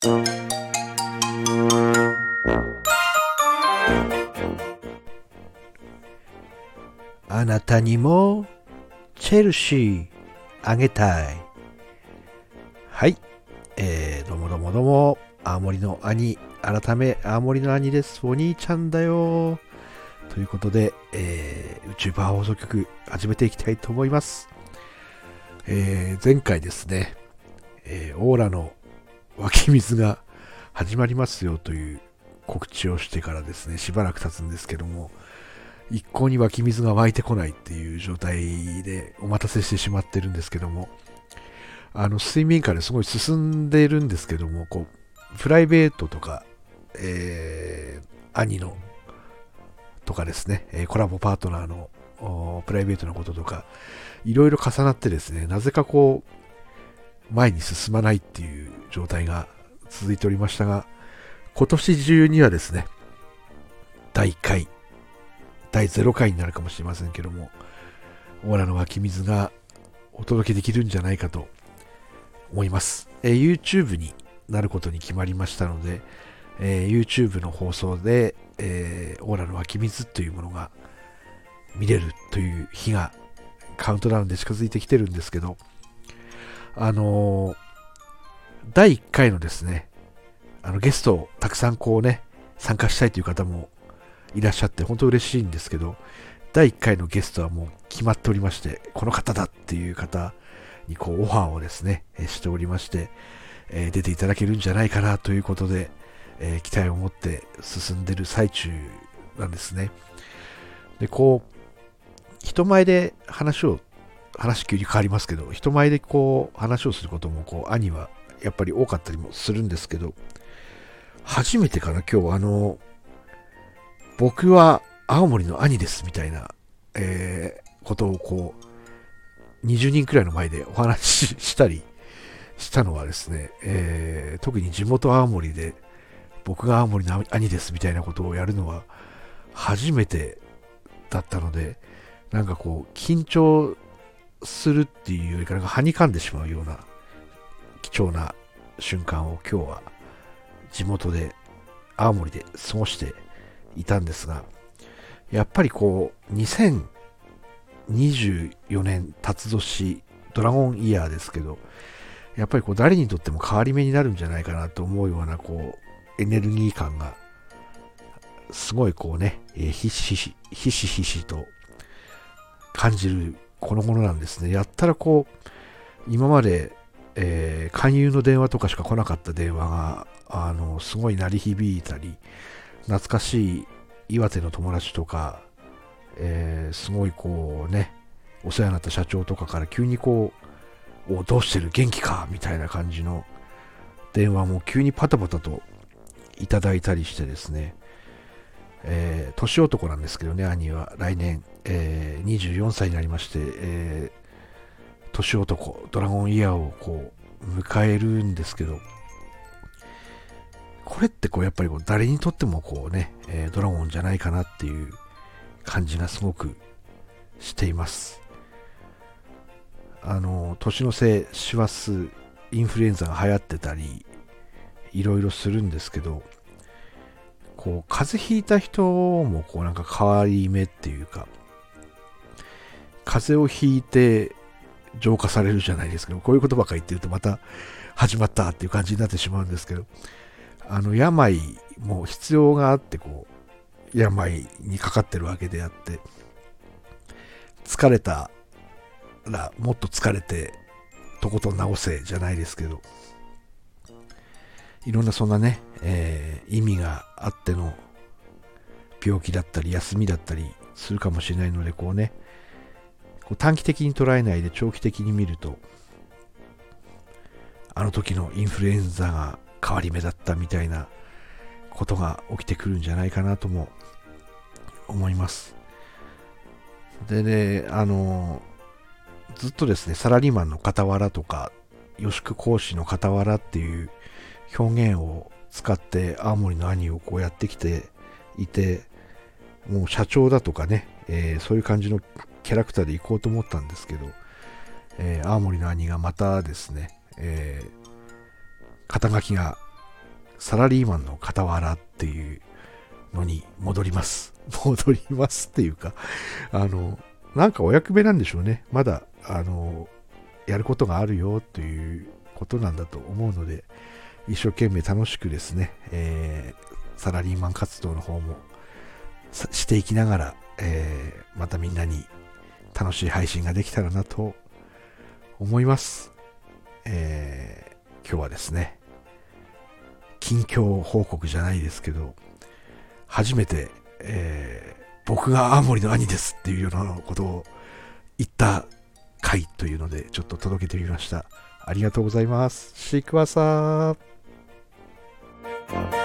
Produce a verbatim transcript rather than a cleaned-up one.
あなたにもチェルシーあげたい。はい、えー、どうもどうもどうも、青森の兄、改め青森の兄です。お兄ちゃんだよということで、えー、宇宙バー放送局始めていきたいと思います。えー、前回ですね、えー、オーラの湧き水が始まりますよという告知をしてからですね、しばらく経つんですけども、一向に湧き水が湧いてこないっていう状態でお待たせしてしまってるんですけども、あの水面下ですごい進んでいるんですけども、こうプライベートとか、えー、兄のとかですね、コラボパートナーのプライベートなこととかいろいろ重なってですね、なぜかこう前に進まないっていう状態が続いておりましたが、今年中にはですね、だいいっかいだいゼロかいになるかもしれませんけども、オーラの湧き水がお届けできるんじゃないかと思います。えー、YouTube になることに決まりましたので、えー、YouTube の放送で、えー、オーラの湧き水というものが見れるという日がカウントダウンで近づいてきてるんですけど、あのー、だいいっかいのですね、あのゲストをたくさんこうね、参加したいという方もいらっしゃって本当嬉しいんですけど、だいいっかいのゲストはもう決まっておりまして、この方だっていう方にこうオファーをですねしておりまして、えー、出ていただけるんじゃないかなということで、えー、期待を持って進んでる最中なんですね。でこう人前で話を話急に変わりますけど、人前でこう話をすることもこう兄はやっぱり多かったりもするんですけど、初めてかな今日あの僕は青森の兄ですみたいな、えー、ことをこうにじゅうにんくらいの前でお話ししたりしたのはですね、えー、特に地元青森で僕が青森の兄ですみたいなことをやるのは初めてだったので、なんかこう緊張するっていうよりかなんかはにかんでしまうような貴重な瞬間を今日は地元で青森で過ごしていたんですが、やっぱりこうにせんにじゅうよねん辰年ドラゴンイヤーですけど、やっぱりこう誰にとっても変わり目になるんじゃないかなと思うようなこうエネルギー感がすごいこうね、えー、ひしひしひしひしと感じるこのものなんですね。やったらこう今まで、えー、勧誘の電話とかしか来なかった電話があのすごい鳴り響いたり、懐かしい岩手の友達とか、えー、すごいこうねお世話になった社長とかから急にこうおどうしてる元気かみたいな感じの電話も急にパタパタといただいたりしてですね、えー、年男なんですけどね、兄は来年、えー、にじゅうよんさいになりまして、えー、年男ドラゴンイヤーをこう迎えるんですけど、これってこうやっぱりこう誰にとってもこうね、えー、ドラゴンじゃないかなっていう感じがすごくしています。あの年の瀬師走インフルエンザが流行ってたりいろいろするんですけど、こう風邪ひいた人もこうなんか変わり目っていうか、風邪をひいて浄化されるじゃないですけど、こういうことばかり言ってるとまた始まったっていう感じになってしまうんですけど、あの病も必要があってこう病にかかってるわけであって、疲れたらもっと疲れてとことん治せじゃないですけど、いろんなそんなね、えー、意味があっての病気だったり休みだったりするかもしれないので、こうねこう短期的に捉えないで長期的に見ると、あの時のインフルエンザが変わり目だったみたいなことが起きてくるんじゃないかなとも思います。でね、あのずっとですねサラリーマンの傍らとか予宿講師の傍らっていう表現を使って青森の兄をこうやってきていて、もう社長だとかね、えー、そういう感じのキャラクターで行こうと思ったんですけど、えー、青森の兄がまたですね、えー、肩書きがサラリーマンの傍らっていうのに戻ります。戻りますっていうか、あの、なんかお役目なんでしょうね。まだ、あの、やることがあるよということなんだと思うので、一生懸命楽しくですね、えー、サラリーマン活動の方もしていきながら、えー、またみんなに楽しい配信ができたらなと思います。えー、今日はですね、近況報告じゃないですけど、初めて、えー、僕が青森の兄ですっていうようなことを言った回というので、ちょっと届けてみました。ありがとうございます。シークワーサー。